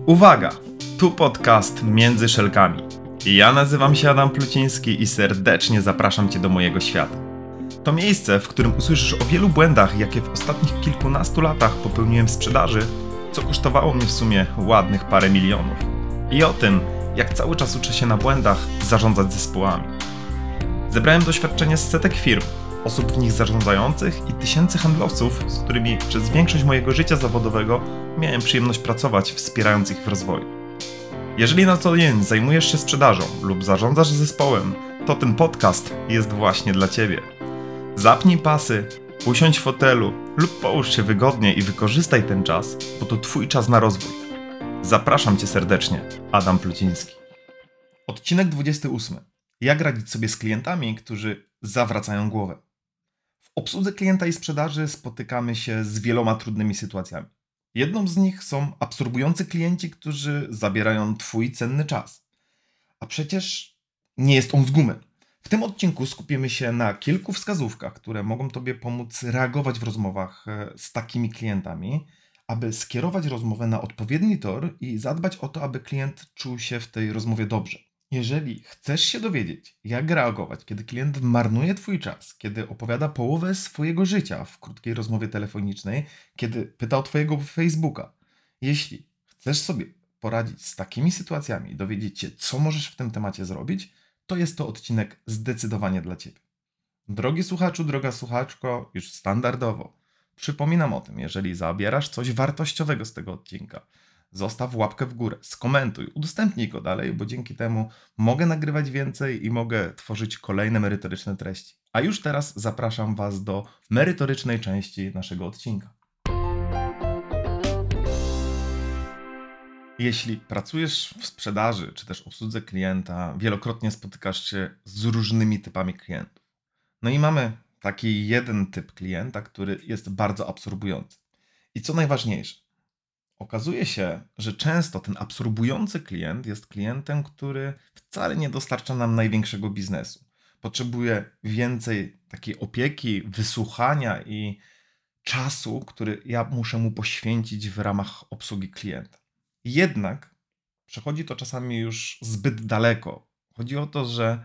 Uwaga! Tu podcast Między Szelkami. Ja nazywam się Adam Pluciński i serdecznie zapraszam Cię do mojego świata. To miejsce, w którym usłyszysz o wielu błędach, jakie w ostatnich kilkunastu latach popełniłem w sprzedaży, co kosztowało mnie w sumie ładnych parę milionów. I o tym, jak cały czas uczę się na błędach zarządzać zespołami. Zebrałem doświadczenie z setek firm, osób w nich zarządzających i tysięcy handlowców, z którymi przez większość mojego życia zawodowego miałem przyjemność pracować, wspierając ich w rozwoju. Jeżeli na co dzień zajmujesz się sprzedażą lub zarządzasz zespołem, to ten podcast jest właśnie dla Ciebie. Zapnij pasy, usiądź w fotelu lub połóż się wygodnie i wykorzystaj ten czas, bo to Twój czas na rozwój. Zapraszam Cię serdecznie, Adam Pluciński. Odcinek 28. Jak radzić sobie z klientami, którzy zawracają głowę? W obsłudze klienta i sprzedaży spotykamy się z wieloma trudnymi sytuacjami. Jedną z nich są absorbujący klienci, którzy zabierają Twój cenny czas. A przecież nie jest on z gumy. W tym odcinku skupimy się na kilku wskazówkach, które mogą Tobie pomóc reagować w rozmowach z takimi klientami, aby skierować rozmowę na odpowiedni tor i zadbać o to, aby klient czuł się w tej rozmowie dobrze. Jeżeli chcesz się dowiedzieć, jak reagować, kiedy klient marnuje Twój czas, kiedy opowiada połowę swojego życia w krótkiej rozmowie telefonicznej, kiedy pyta o Twojego Facebooka, jeśli chcesz sobie poradzić z takimi sytuacjami i dowiedzieć się, co możesz w tym temacie zrobić, to jest to odcinek zdecydowanie dla Ciebie. Drogi słuchaczu, droga słuchaczko, już standardowo przypominam o tym, jeżeli zabierasz coś wartościowego z tego odcinka, zostaw łapkę w górę, skomentuj, udostępnij go dalej, bo dzięki temu mogę nagrywać więcej i mogę tworzyć kolejne merytoryczne treści. A już teraz zapraszam Was do merytorycznej części naszego odcinka. Jeśli pracujesz w sprzedaży czy też obsłudze klienta, wielokrotnie spotykasz się z różnymi typami klientów. No i mamy taki jeden typ klienta, który jest bardzo absorbujący. I co najważniejsze, okazuje się, że często ten absorbujący klient jest klientem, który wcale nie dostarcza nam największego biznesu. Potrzebuje więcej takiej opieki, wysłuchania i czasu, który ja muszę mu poświęcić w ramach obsługi klienta. Jednak przechodzi to czasami już zbyt daleko. Chodzi o to, że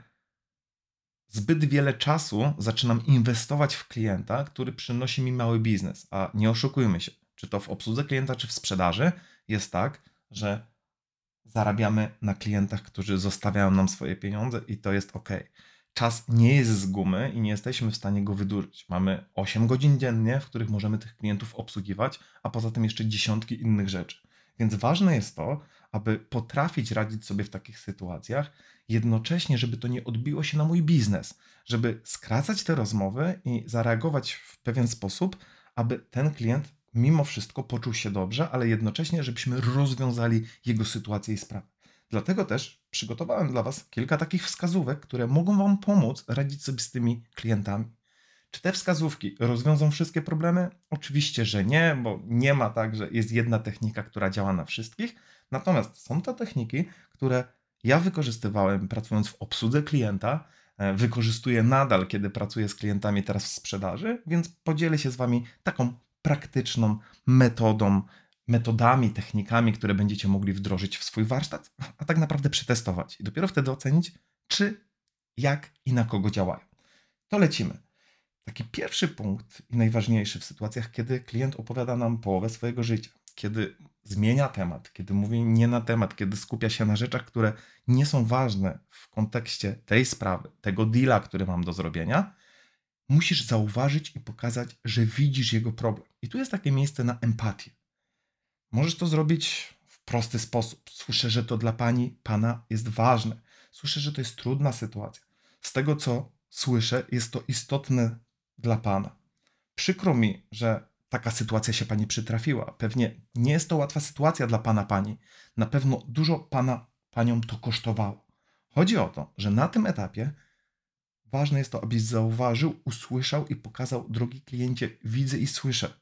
zbyt wiele czasu zaczynam inwestować w klienta, który przynosi mi mały biznes. A nie oszukujmy się, czy to w obsłudze klienta, czy w sprzedaży, jest tak, że zarabiamy na klientach, którzy zostawiają nam swoje pieniądze i to jest ok. Czas nie jest z gumy i nie jesteśmy w stanie go wydłużyć. Mamy 8 godzin dziennie, w których możemy tych klientów obsługiwać, a poza tym jeszcze dziesiątki innych rzeczy. Więc ważne jest to, aby potrafić radzić sobie w takich sytuacjach, jednocześnie, żeby to nie odbiło się na mój biznes, żeby skracać te rozmowy i zareagować w pewien sposób, aby ten klient mimo wszystko poczuł się dobrze, ale jednocześnie, żebyśmy rozwiązali jego sytuację i sprawę. Dlatego też przygotowałem dla Was kilka takich wskazówek, które mogą Wam pomóc radzić sobie z tymi klientami. Czy te wskazówki rozwiążą wszystkie problemy? Oczywiście, że nie, bo nie ma tak, że jest jedna technika, która działa na wszystkich. Natomiast są to techniki, które ja wykorzystywałem pracując w obsłudze klienta, wykorzystuję nadal, kiedy pracuję z klientami teraz w sprzedaży, więc podzielę się z Wami taką praktyczną metodami, technikami, które będziecie mogli wdrożyć w swój warsztat, a tak naprawdę przetestować i dopiero wtedy ocenić, czy, jak i na kogo działają. To lecimy. Taki pierwszy punkt i najważniejszy w sytuacjach, kiedy klient opowiada nam połowę swojego życia, kiedy zmienia temat, kiedy mówi nie na temat, kiedy skupia się na rzeczach, które nie są ważne w kontekście tej sprawy, tego deala, który mam do zrobienia, musisz zauważyć i pokazać, że widzisz jego problem. I tu jest takie miejsce na empatię. Możesz to zrobić w prosty sposób. Słyszę, że to dla pana jest ważne. Słyszę, że to jest trudna sytuacja. Z tego, co słyszę, jest to istotne dla pana. Przykro mi, że taka sytuacja się pani przytrafiła. Pewnie nie jest to łatwa sytuacja dla pana, pani. Na pewno dużo panią to kosztowało. Chodzi o to, że na tym etapie ważne jest to, abyś zauważył, usłyszał i pokazał, drogi kliencie, widzę i słyszę.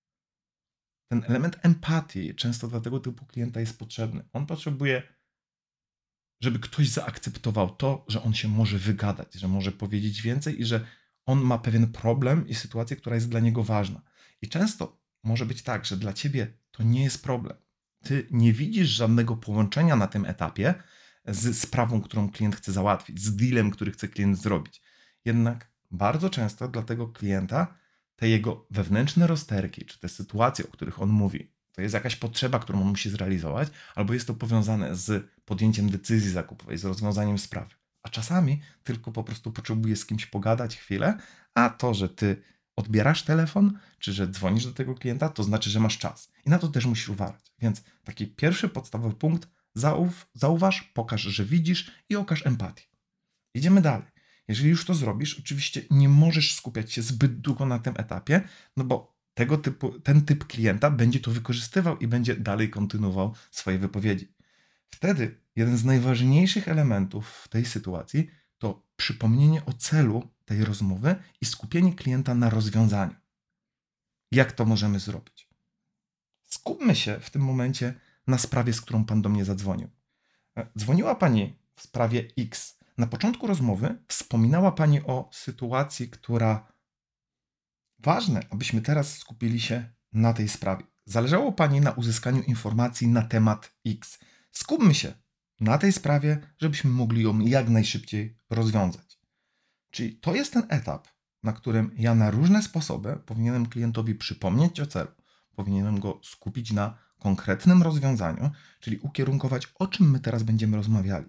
Ten element empatii często dla tego typu klienta jest potrzebny. On potrzebuje, żeby ktoś zaakceptował to, że on się może wygadać, że może powiedzieć więcej i że on ma pewien problem i sytuację, która jest dla niego ważna. I często może być tak, że dla ciebie to nie jest problem. ty nie widzisz żadnego połączenia na tym etapie z sprawą, którą klient chce załatwić, z dealem, który chce klient zrobić. Jednak bardzo często dla tego klienta te jego wewnętrzne rozterki, czy te sytuacje, o których on mówi, to jest jakaś potrzeba, którą on musi zrealizować, albo jest to powiązane z podjęciem decyzji zakupowej, z rozwiązaniem sprawy. A czasami tylko po prostu potrzebuje z kimś pogadać chwilę, a to, że ty odbierasz telefon, czy że dzwonisz do tego klienta, to znaczy, że masz czas. I na to też musisz uważać. Więc taki pierwszy podstawowy punkt, zauważ, pokaż, że widzisz i okaż empatię. Idziemy dalej. Jeżeli już to zrobisz, oczywiście nie możesz skupiać się zbyt długo na tym etapie, no bo ten typ klienta będzie to wykorzystywał i będzie dalej kontynuował swoje wypowiedzi. Wtedy jeden z najważniejszych elementów w tej sytuacji to przypomnienie o celu tej rozmowy i skupienie klienta na rozwiązaniu. Jak to możemy zrobić? Skupmy się w tym momencie na sprawie, z którą pan do mnie zadzwonił. Dzwoniła pani w sprawie X. Na początku rozmowy wspominała pani o sytuacji, która ważne, abyśmy teraz skupili się na tej sprawie. Zależało pani na uzyskaniu informacji na temat X. Skupmy się na tej sprawie, żebyśmy mogli ją jak najszybciej rozwiązać. Czyli to jest ten etap, na którym ja na różne sposoby powinienem klientowi przypomnieć o celu. Powinienem go skupić na konkretnym rozwiązaniu, czyli ukierunkować, o czym my teraz będziemy rozmawiali.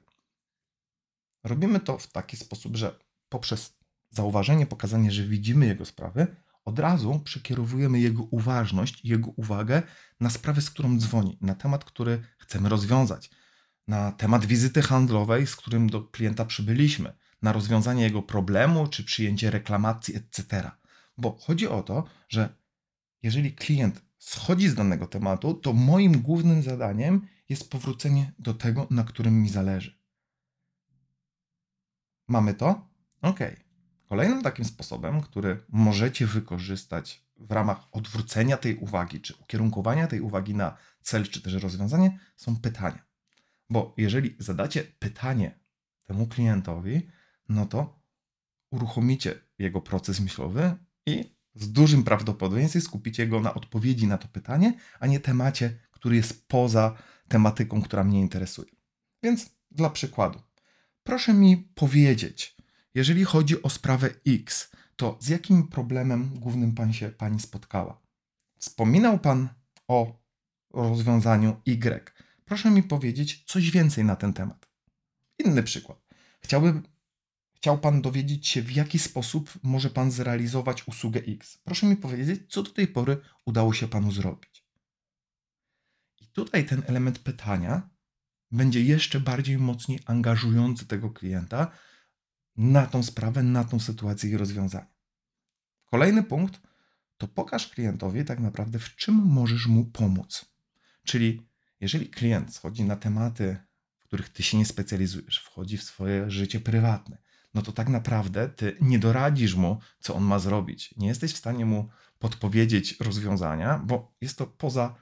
Robimy to w taki sposób, że poprzez zauważenie, pokazanie, że widzimy jego sprawy, od razu przekierowujemy jego uważność i jego uwagę na sprawę, z którą dzwoni, na temat, który chcemy rozwiązać, na temat wizyty handlowej, z którym do klienta przybyliśmy, na rozwiązanie jego problemu, czy przyjęcie reklamacji, etc. Bo chodzi o to, że jeżeli klient schodzi z danego tematu, to moim głównym zadaniem jest powrócenie do tego, na którym mi zależy. Mamy to? Ok. Kolejnym takim sposobem, który możecie wykorzystać w ramach odwrócenia tej uwagi, czy ukierunkowania tej uwagi na cel, czy też rozwiązanie, są pytania. Bo jeżeli zadacie pytanie temu klientowi, no to uruchomicie jego proces myślowy i z dużym prawdopodobieństwem skupicie go na odpowiedzi na to pytanie, a nie temacie, który jest poza tematyką, która mnie interesuje. Więc dla przykładu, proszę mi powiedzieć, jeżeli chodzi o sprawę X, to z jakim problemem głównym pani spotkała? Wspominał pan o rozwiązaniu Y. Proszę mi powiedzieć coś więcej na ten temat. Inny przykład. Chciał pan dowiedzieć się, w jaki sposób może pan zrealizować usługę X. Proszę mi powiedzieć, co do tej pory udało się panu zrobić. I tutaj ten element pytania będzie jeszcze bardziej mocniej angażujący tego klienta na tą sprawę, na tą sytuację i rozwiązanie. Kolejny punkt to pokaż klientowi tak naprawdę, w czym możesz mu pomóc. Czyli jeżeli klient schodzi na tematy, w których ty się nie specjalizujesz, wchodzi w swoje życie prywatne, no to tak naprawdę ty nie doradzisz mu, co on ma zrobić. Nie jesteś w stanie mu podpowiedzieć rozwiązania, bo jest to poza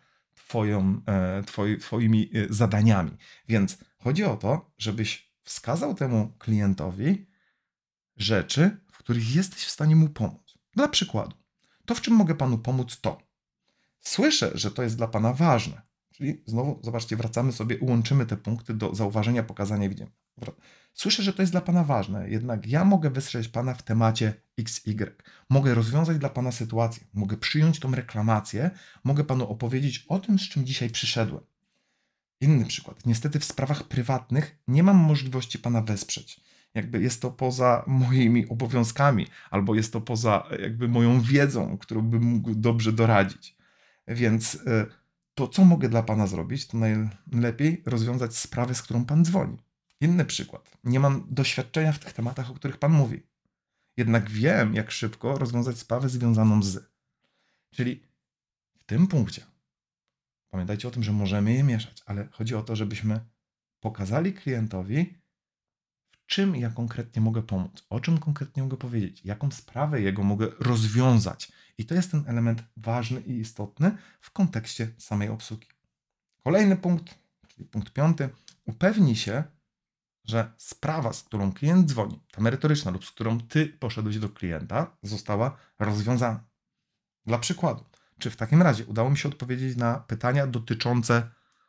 twoimi zadaniami. Więc chodzi o to, żebyś wskazał temu klientowi rzeczy, w których jesteś w stanie mu pomóc. Dla przykładu, to w czym mogę panu pomóc to. Słyszę, że to jest dla pana ważne. Czyli znowu, zobaczcie, wracamy sobie, łączymy te punkty do zauważenia, pokazania, widzenia. Słyszę, że to jest dla pana ważne, jednak ja mogę wesprzeć pana w temacie XY. Mogę rozwiązać dla pana sytuację, mogę przyjąć tą reklamację, mogę panu opowiedzieć o tym, z czym dzisiaj przyszedłem. Inny przykład. Niestety w sprawach prywatnych nie mam możliwości pana wesprzeć. Jakby jest to poza moimi obowiązkami, albo jest to poza jakby moją wiedzą, którą bym mógł dobrze doradzić. Więc to, co mogę dla pana zrobić, to najlepiej rozwiązać sprawę, z którą pan dzwoni. Inny przykład. Nie mam doświadczenia w tych tematach, o których pan mówi. Jednak wiem, jak szybko rozwiązać sprawę związaną z. Czyli w tym punkcie pamiętajcie o tym, że możemy je mieszać, ale chodzi o to, żebyśmy pokazali klientowi, w czym ja konkretnie mogę pomóc, o czym konkretnie mogę powiedzieć, jaką sprawę jego mogę rozwiązać. I to jest ten element ważny i istotny w kontekście samej obsługi. Kolejny punkt, czyli punkt 5. Upewnij się, że sprawa, z którą klient dzwoni, ta merytoryczna lub z którą ty poszedłeś do klienta, została rozwiązana. Dla przykładu, czy w takim razie udało mi się odpowiedzieć na pytania dotyczące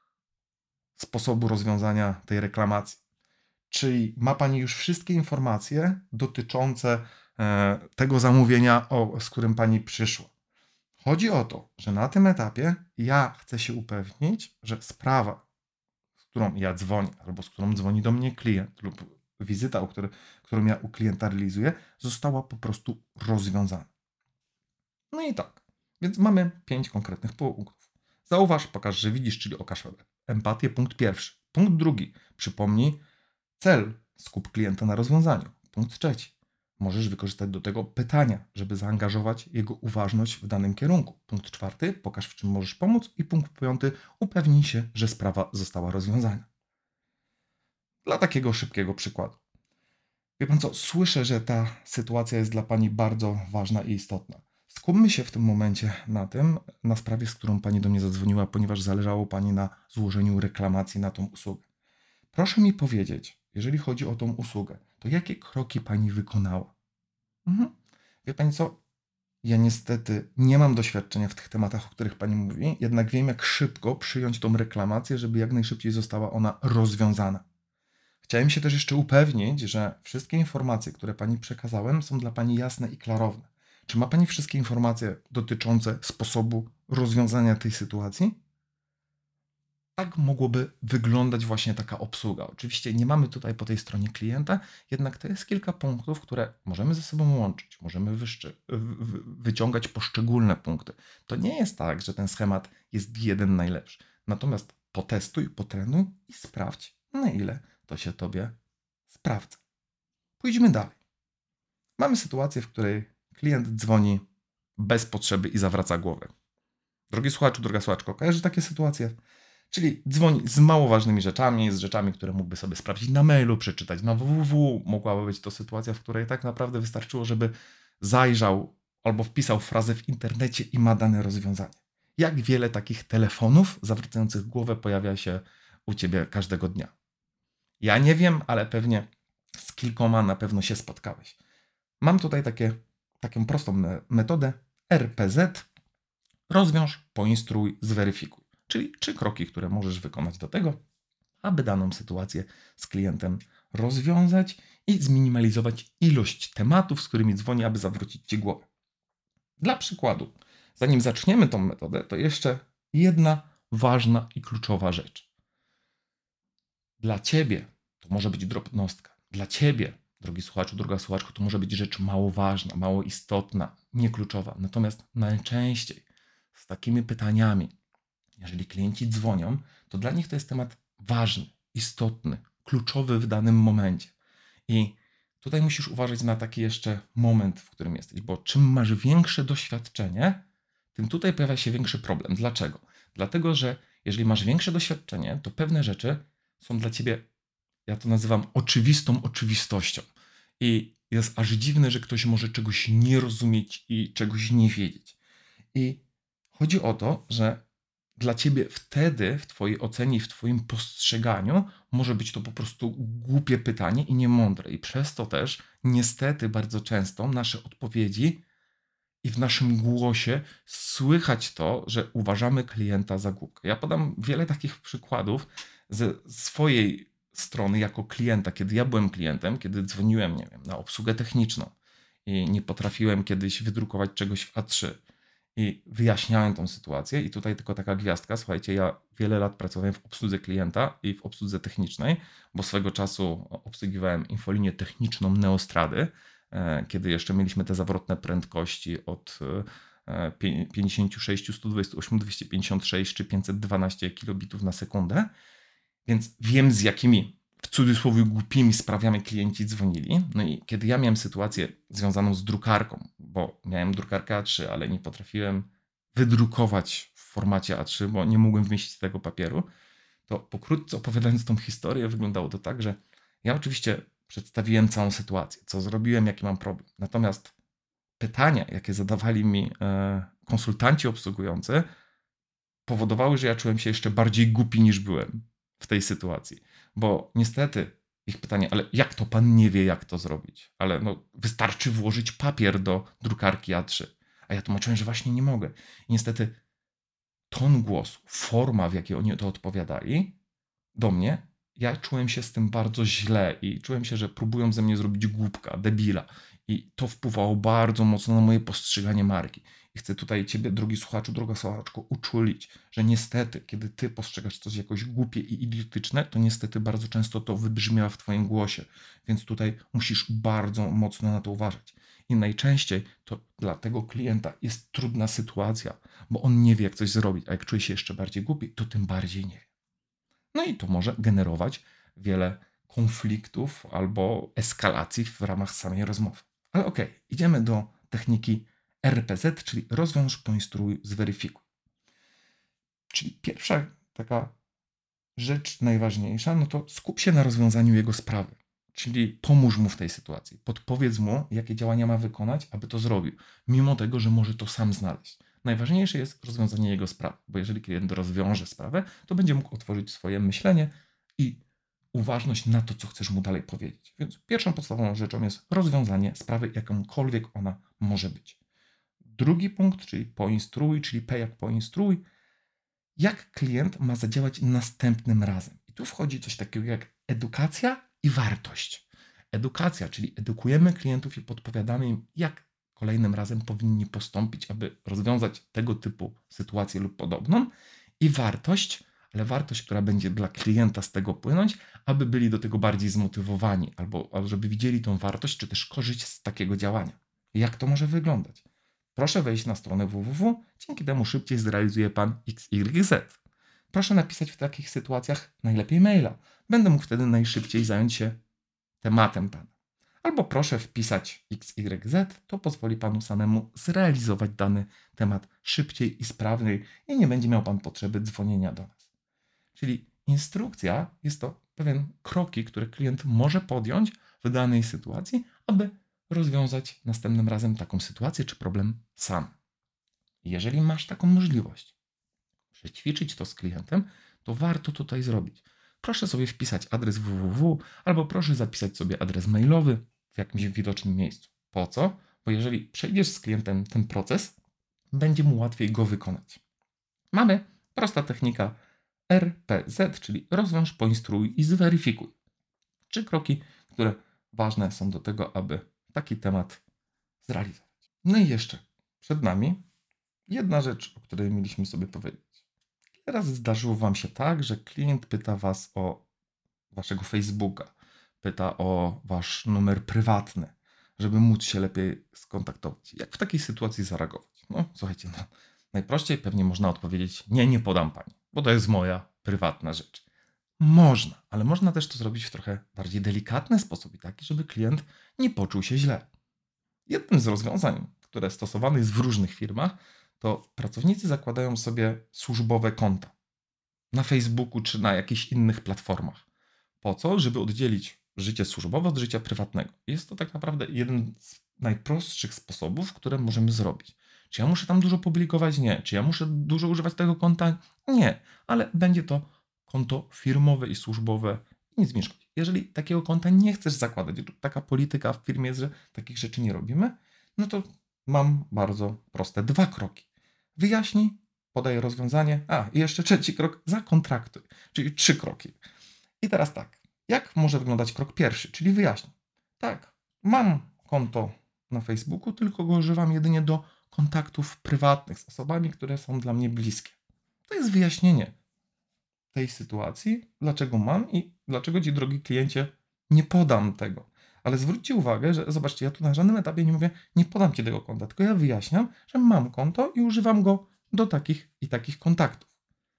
sposobu rozwiązania tej reklamacji. Czyli ma Pani już wszystkie informacje dotyczące tego zamówienia, z którym Pani przyszła. Chodzi o to, że na tym etapie ja chcę się upewnić, że sprawa, z którą ja dzwonię, albo z którą dzwoni do mnie klient, lub wizyta, którą ja u klienta realizuję, została po prostu rozwiązana. No i tak, więc mamy 5 konkretnych punktów. Zauważ, pokaż, że widzisz, czyli okaż empatię, punkt pierwszy. Punkt drugi, przypomnij cel, skup klienta na rozwiązaniu. Punkt trzeci, możesz wykorzystać do tego pytania, żeby zaangażować jego uważność w danym kierunku. Punkt czwarty, pokaż, w czym możesz pomóc. I punkt piąty, upewnij się, że sprawa została rozwiązana. Dla takiego szybkiego przykładu. Wie Pan co, słyszę, że ta sytuacja jest dla Pani bardzo ważna i istotna. Skupmy się w tym momencie na sprawie, z którą Pani do mnie zadzwoniła, ponieważ zależało Pani na złożeniu reklamacji na tą usługę. Proszę mi powiedzieć, jeżeli chodzi o tą usługę, to jakie kroki Pani wykonała? Wie Pani co, ja niestety nie mam doświadczenia w tych tematach, o których Pani mówi, jednak wiem, jak szybko przyjąć tą reklamację, żeby jak najszybciej została ona rozwiązana. Chciałem się też jeszcze upewnić, że wszystkie informacje, które Pani przekazałem, są dla Pani jasne i klarowne. Czy ma Pani wszystkie informacje dotyczące sposobu rozwiązania tej sytuacji? Tak mogłoby wyglądać właśnie taka obsługa. Oczywiście nie mamy tutaj po tej stronie klienta, jednak to jest kilka punktów, które możemy ze sobą łączyć, możemy wyciągać poszczególne punkty. To nie jest tak, że ten schemat jest jeden najlepszy. Natomiast potestuj, potrenuj i sprawdź, na ile to się Tobie sprawdza. Pójdźmy dalej. Mamy sytuację, w której klient dzwoni bez potrzeby i zawraca głowę. Drogi słuchaczu, droga słuchaczko, kojarzysz takie sytuacje? Czyli dzwoni z mało ważnymi rzeczami, z rzeczami, które mógłby sobie sprawdzić na mailu, przeczytać na www. Mogłaby być to sytuacja, w której tak naprawdę wystarczyło, żeby zajrzał albo wpisał frazę w internecie i ma dane rozwiązanie. Jak wiele takich telefonów zawracających głowę pojawia się u Ciebie każdego dnia? Ja nie wiem, ale pewnie z kilkoma na pewno się spotkałeś. Mam tutaj taką prostą metodę RPZ. Rozwiąż, poinstruuj, zweryfikuj. Czyli 3 kroki, które możesz wykonać do tego, aby daną sytuację z klientem rozwiązać i zminimalizować ilość tematów, z którymi dzwoni, aby zawrócić Ci głowę. Dla przykładu, zanim zaczniemy tą metodę, to jeszcze jedna ważna i kluczowa rzecz. Dla Ciebie to może być drobnostka. Dla Ciebie, drogi słuchaczu, droga słuchaczko, to może być rzecz mało ważna, mało istotna, niekluczowa. Natomiast najczęściej z takimi pytaniami, jeżeli klienci dzwonią, to dla nich to jest temat ważny, istotny, kluczowy w danym momencie. I tutaj musisz uważać na taki jeszcze moment, w którym jesteś, bo czym masz większe doświadczenie, tym tutaj pojawia się większy problem. Dlaczego? Dlatego, że jeżeli masz większe doświadczenie, to pewne rzeczy są dla Ciebie, ja to nazywam oczywistą oczywistością. I jest aż dziwne, że ktoś może czegoś nie rozumieć i czegoś nie wiedzieć. I chodzi o to, że dla Ciebie wtedy, w Twojej ocenie i w Twoim postrzeganiu, może być to po prostu głupie pytanie i niemądre. I przez to też, niestety, bardzo często nasze odpowiedzi i w naszym głosie słychać to, że uważamy klienta za głupkę. Ja podam wiele takich przykładów ze swojej strony jako klienta, kiedy ja byłem klientem, kiedy dzwoniłem, nie wiem, na obsługę techniczną i nie potrafiłem kiedyś wydrukować czegoś w A3. I wyjaśniałem tą sytuację i tutaj tylko taka gwiazdka, słuchajcie, ja wiele lat pracowałem w obsłudze klienta i w obsłudze technicznej, bo swego czasu obsługiwałem infolinię techniczną Neostrady, kiedy jeszcze mieliśmy te zawrotne prędkości od 56, 128, 256 czy 512 kilobitów na sekundę, więc wiem, z jakimi w cudzysłowie głupimi sprawami klienci dzwonili. No i kiedy ja miałem sytuację związaną z drukarką, bo miałem drukarkę A3, ale nie potrafiłem wydrukować w formacie A3, bo nie mogłem wmieścić tego papieru, to pokrótce opowiadając tą historię, wyglądało to tak, że ja oczywiście przedstawiłem całą sytuację, co zrobiłem, jaki mam problem. Natomiast pytania, jakie zadawali mi konsultanci obsługujący, powodowały, że ja czułem się jeszcze bardziej głupi niż byłem w tej sytuacji. Bo niestety ich pytanie, ale jak to pan nie wie, jak to zrobić? Ale no, wystarczy włożyć papier do drukarki A3. A ja tłumaczyłem, że właśnie nie mogę. I niestety ton głosu, forma, w jakiej oni to odpowiadali, do mnie, ja czułem się z tym bardzo źle i czułem się, że próbują ze mnie zrobić głupka, debila. I to wpływało bardzo mocno na moje postrzeganie marki. I chcę tutaj ciebie, drogi słuchaczu, droga słuchaczko, uczulić, że niestety, kiedy ty postrzegasz coś jakoś głupie i idiotyczne, to niestety bardzo często to wybrzmiewa w twoim głosie. Więc tutaj musisz bardzo mocno na to uważać. I najczęściej to dla tego klienta jest trudna sytuacja, bo on nie wie, jak coś zrobić, a jak czuje się jeszcze bardziej głupi, to tym bardziej nie wie. No i to może generować wiele konfliktów albo eskalacji w ramach samej rozmowy. Ale okej, idziemy do techniki RPZ, czyli rozwiąż, poinstruuj, zweryfikuj. Czyli pierwsza taka rzecz najważniejsza, no to skup się na rozwiązaniu jego sprawy. Czyli pomóż mu w tej sytuacji. Podpowiedz mu, jakie działania ma wykonać, aby to zrobił, mimo tego, że może to sam znaleźć. Najważniejsze jest rozwiązanie jego sprawy, bo jeżeli klient rozwiąże sprawę, to będzie mógł otworzyć swoje myślenie i uważność na to, co chcesz mu dalej powiedzieć. Więc pierwszą podstawową rzeczą jest rozwiązanie sprawy, jakąkolwiek ona może być. Drugi punkt, czyli poinstruuj, czyli P jak poinstruuj, jak klient ma zadziałać następnym razem. I tu wchodzi coś takiego jak edukacja i wartość. Edukacja, czyli edukujemy klientów i podpowiadamy im, jak kolejnym razem powinni postąpić, aby rozwiązać tego typu sytuację lub podobną. I wartość, ale wartość, która będzie dla klienta z tego płynąć, aby byli do tego bardziej zmotywowani, albo żeby widzieli tą wartość, czy też korzyść z takiego działania. Jak to może wyglądać? Proszę wejść na stronę www, dzięki temu szybciej zrealizuje Pan XYZ. Proszę napisać w takich sytuacjach najlepiej maila. Będę mógł wtedy najszybciej zająć się tematem Pana. Albo proszę wpisać XYZ, to pozwoli Panu samemu zrealizować dany temat szybciej i sprawniej i nie będzie miał Pan potrzeby dzwonienia do nas. Czyli instrukcja jest to pewien kroki, które klient może podjąć w danej sytuacji, aby rozwiązać następnym razem taką sytuację czy problem sam. Jeżeli masz taką możliwość, przećwiczyć to z klientem, to warto tutaj zrobić. Proszę sobie wpisać adres www albo proszę zapisać sobie adres mailowy w jakimś widocznym miejscu. Po co? Bo jeżeli przejdziesz z klientem ten proces, będzie mu łatwiej go wykonać. Mamy prosta technika RPZ, czyli rozwiąż, poinstruuj i zweryfikuj. 3 kroki, które ważne są do tego, aby taki temat zrealizować. No i jeszcze przed nami jedna rzecz, o której mieliśmy sobie powiedzieć. Ile razy zdarzyło Wam się tak, że klient pyta Was o Waszego Facebooka, pyta o Wasz numer prywatny, żeby móc się lepiej skontaktować. Jak w takiej sytuacji zareagować? No słuchajcie, najprościej pewnie można odpowiedzieć: nie podam Pani, bo to jest moja prywatna rzecz. Można, ale można też to zrobić w trochę bardziej delikatny sposób i taki, żeby klient nie poczuł się źle. Jednym z rozwiązań, które stosowane jest w różnych firmach, to pracownicy zakładają sobie służbowe konta na Facebooku czy na jakichś innych platformach. Po co? Żeby oddzielić życie służbowe od życia prywatnego. Jest to tak naprawdę jeden z najprostszych sposobów, które możemy zrobić. Czy ja muszę tam dużo publikować? Nie. Czy ja muszę dużo używać tego konta? Nie. Ale będzie to konto firmowe i służbowe i nic mi szkodzi. Jeżeli takiego konta nie chcesz zakładać, taka polityka w firmie jest, że takich rzeczy nie robimy, no to mam bardzo proste 2 kroki. Wyjaśnij, podaj rozwiązanie, i jeszcze trzeci krok, zakontraktuj, czyli 3 kroki. I teraz tak, jak może wyglądać krok pierwszy, czyli wyjaśnij. Tak, mam konto na Facebooku, tylko go używam jedynie do kontaktów prywatnych z osobami, które są dla mnie bliskie. To jest wyjaśnienie tej sytuacji, dlaczego mam i dlaczego Ci, drogi kliencie, nie podam tego. Ale zwróćcie uwagę, że zobaczcie, ja tu na żadnym etapie nie mówię, nie podam Ci tego konta, tylko ja wyjaśniam, że mam konto i używam go do takich i takich kontaktów.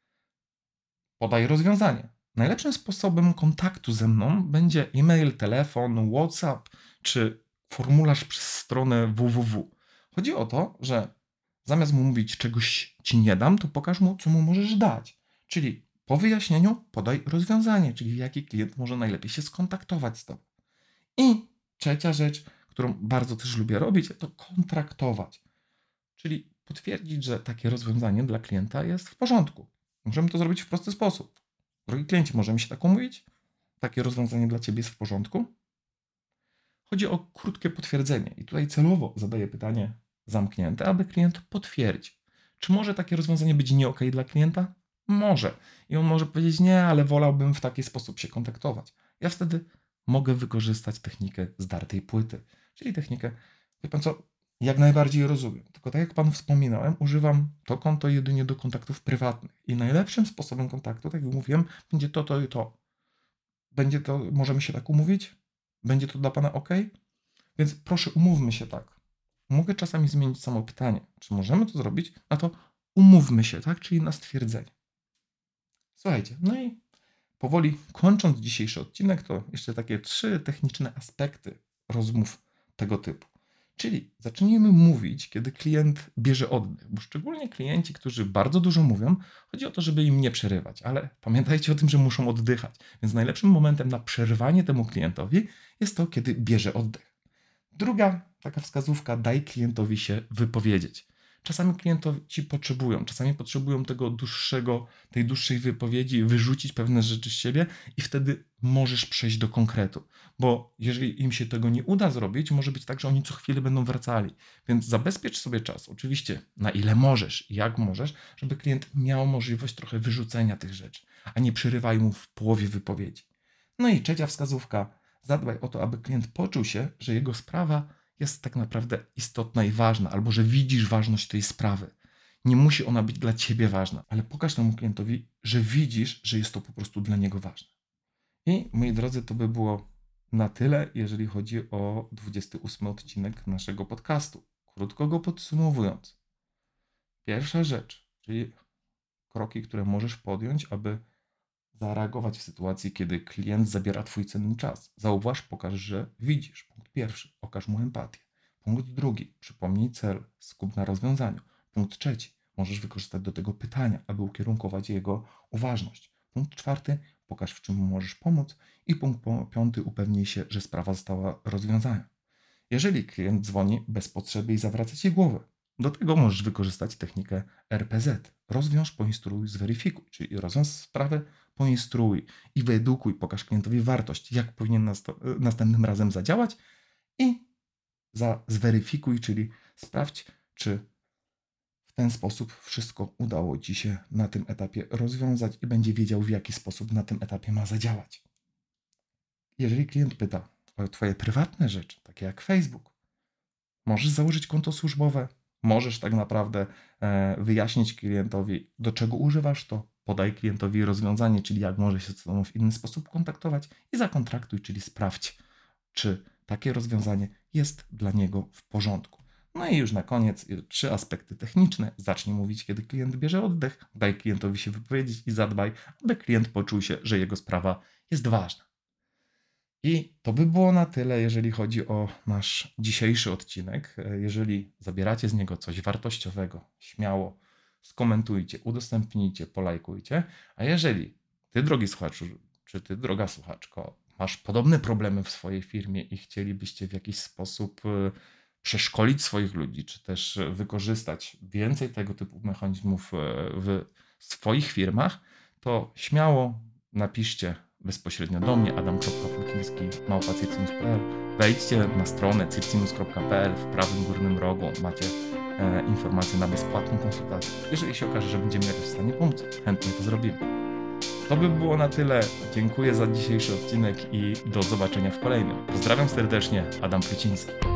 Podaj rozwiązanie. Najlepszym sposobem kontaktu ze mną będzie e-mail, telefon, WhatsApp czy formularz przez stronę www. Chodzi o to, że zamiast mu mówić, czegoś Ci nie dam, to pokaż mu, co mu możesz dać. Czyli po wyjaśnieniu podaj rozwiązanie, czyli jaki klient może najlepiej się skontaktować z Tobą. I trzecia rzecz, którą bardzo też lubię robić, to kontraktować. Czyli potwierdzić, że takie rozwiązanie dla klienta jest w porządku. Możemy to zrobić w prosty sposób. Drogi klienci, możemy się tak umówić? Takie rozwiązanie dla Ciebie jest w porządku? Chodzi o krótkie potwierdzenie i tutaj celowo zadaję pytanie zamknięte, aby klient potwierdził. Czy może takie rozwiązanie być nie okej dla klienta? Może. I on może powiedzieć, nie, ale wolałbym w taki sposób się kontaktować. Ja wtedy mogę wykorzystać technikę zdartej płyty. Czyli technikę, wie pan co, jak najbardziej rozumiem. Tylko tak jak panu wspominałem, używam to konto jedynie do kontaktów prywatnych. I najlepszym sposobem kontaktu, tak jak mówiłem, będzie to i to. Będzie to, możemy się tak umówić? Będzie to dla pana ok? Więc proszę, umówmy się tak. Mogę czasami zmienić samo pytanie. Czy możemy to zrobić? A to umówmy się, tak? Czyli na stwierdzenie. Słuchajcie, no i powoli kończąc dzisiejszy odcinek, to jeszcze takie 3 techniczne aspekty rozmów tego typu. Czyli zacznijmy mówić, kiedy klient bierze oddech, bo szczególnie klienci, którzy bardzo dużo mówią, chodzi o to, żeby im nie przerywać, ale pamiętajcie o tym, że muszą oddychać. Więc najlepszym momentem na przerwanie temu klientowi jest to, kiedy bierze oddech. Druga taka wskazówka, daj klientowi się wypowiedzieć. Czasami klienci potrzebują tej dłuższej wypowiedzi, wyrzucić pewne rzeczy z siebie i wtedy możesz przejść do konkretu. Bo jeżeli im się tego nie uda zrobić, może być tak, że oni co chwilę będą wracali. Więc zabezpiecz sobie czas, oczywiście na ile możesz i jak możesz, żeby klient miał możliwość trochę wyrzucenia tych rzeczy, a nie przerywaj mu w połowie wypowiedzi. No i trzecia wskazówka, zadbaj o to, aby klient poczuł się, że jego sprawa jest tak naprawdę istotna i ważna, albo że widzisz ważność tej sprawy. Nie musi ona być dla ciebie ważna, ale pokaż temu klientowi, że widzisz, że jest to po prostu dla niego ważne. I moi drodzy, to by było na tyle, jeżeli chodzi o 28 odcinek naszego podcastu. Krótko go podsumowując. Pierwsza rzecz, czyli kroki, które możesz podjąć, aby zareagować w sytuacji, kiedy klient zabiera twój cenny czas. Zauważ, pokaż, że widzisz. Punkt pierwszy, okaż mu empatię. Punkt drugi, przypomnij cel, skup na rozwiązaniu. Punkt trzeci, możesz wykorzystać do tego pytania, aby ukierunkować jego uważność. Punkt czwarty, pokaż, w czym mu możesz pomóc. I punkt piąty, upewnij się, że sprawa została rozwiązana. Jeżeli klient dzwoni bez potrzeby i zawraca ci głowę, do tego możesz wykorzystać technikę RPZ. Rozwiąż, poinstruuj, zweryfikuj. Czyli rozwiąż sprawę, poinstruuj i wyedukuj, pokaż klientowi wartość, jak powinien następnym razem zadziałać i zweryfikuj, czyli sprawdź, czy w ten sposób wszystko udało ci się na tym etapie rozwiązać i będzie wiedział, w jaki sposób na tym etapie ma zadziałać. Jeżeli klient pyta o twoje prywatne rzeczy, takie jak Facebook, możesz założyć konto służbowe, możesz tak naprawdę wyjaśnić klientowi, do czego używasz to, podaj klientowi rozwiązanie, czyli jak może się z tobą w inny sposób kontaktować i zakontraktuj, czyli sprawdź, czy takie rozwiązanie jest dla niego w porządku. No i już na koniec 3 aspekty techniczne. Zacznij mówić, kiedy klient bierze oddech, daj klientowi się wypowiedzieć i zadbaj, aby klient poczuł się, że jego sprawa jest ważna. I to by było na tyle, jeżeli chodzi o nasz dzisiejszy odcinek. Jeżeli zabieracie z niego coś wartościowego, śmiało skomentujcie, udostępnijcie, polajkujcie. A jeżeli ty, drogi słuchaczu, czy ty, droga słuchaczko, masz podobne problemy w swojej firmie i chcielibyście w jakiś sposób przeszkolić swoich ludzi, czy też wykorzystać więcej tego typu mechanizmów w swoich firmach, to śmiało napiszcie bezpośrednio do mnie, adam.pluciński@cypsinus.pl. Wejdźcie na stronę cypsinus.pl, w prawym górnym rogu macie informacje na bezpłatną konsultację. Jeżeli się okaże, że będziemy jakoś w stanie pomóc, chętnie to zrobimy. To by było na tyle. Dziękuję za dzisiejszy odcinek i do zobaczenia w kolejnym. Pozdrawiam serdecznie, Adam Pluciński.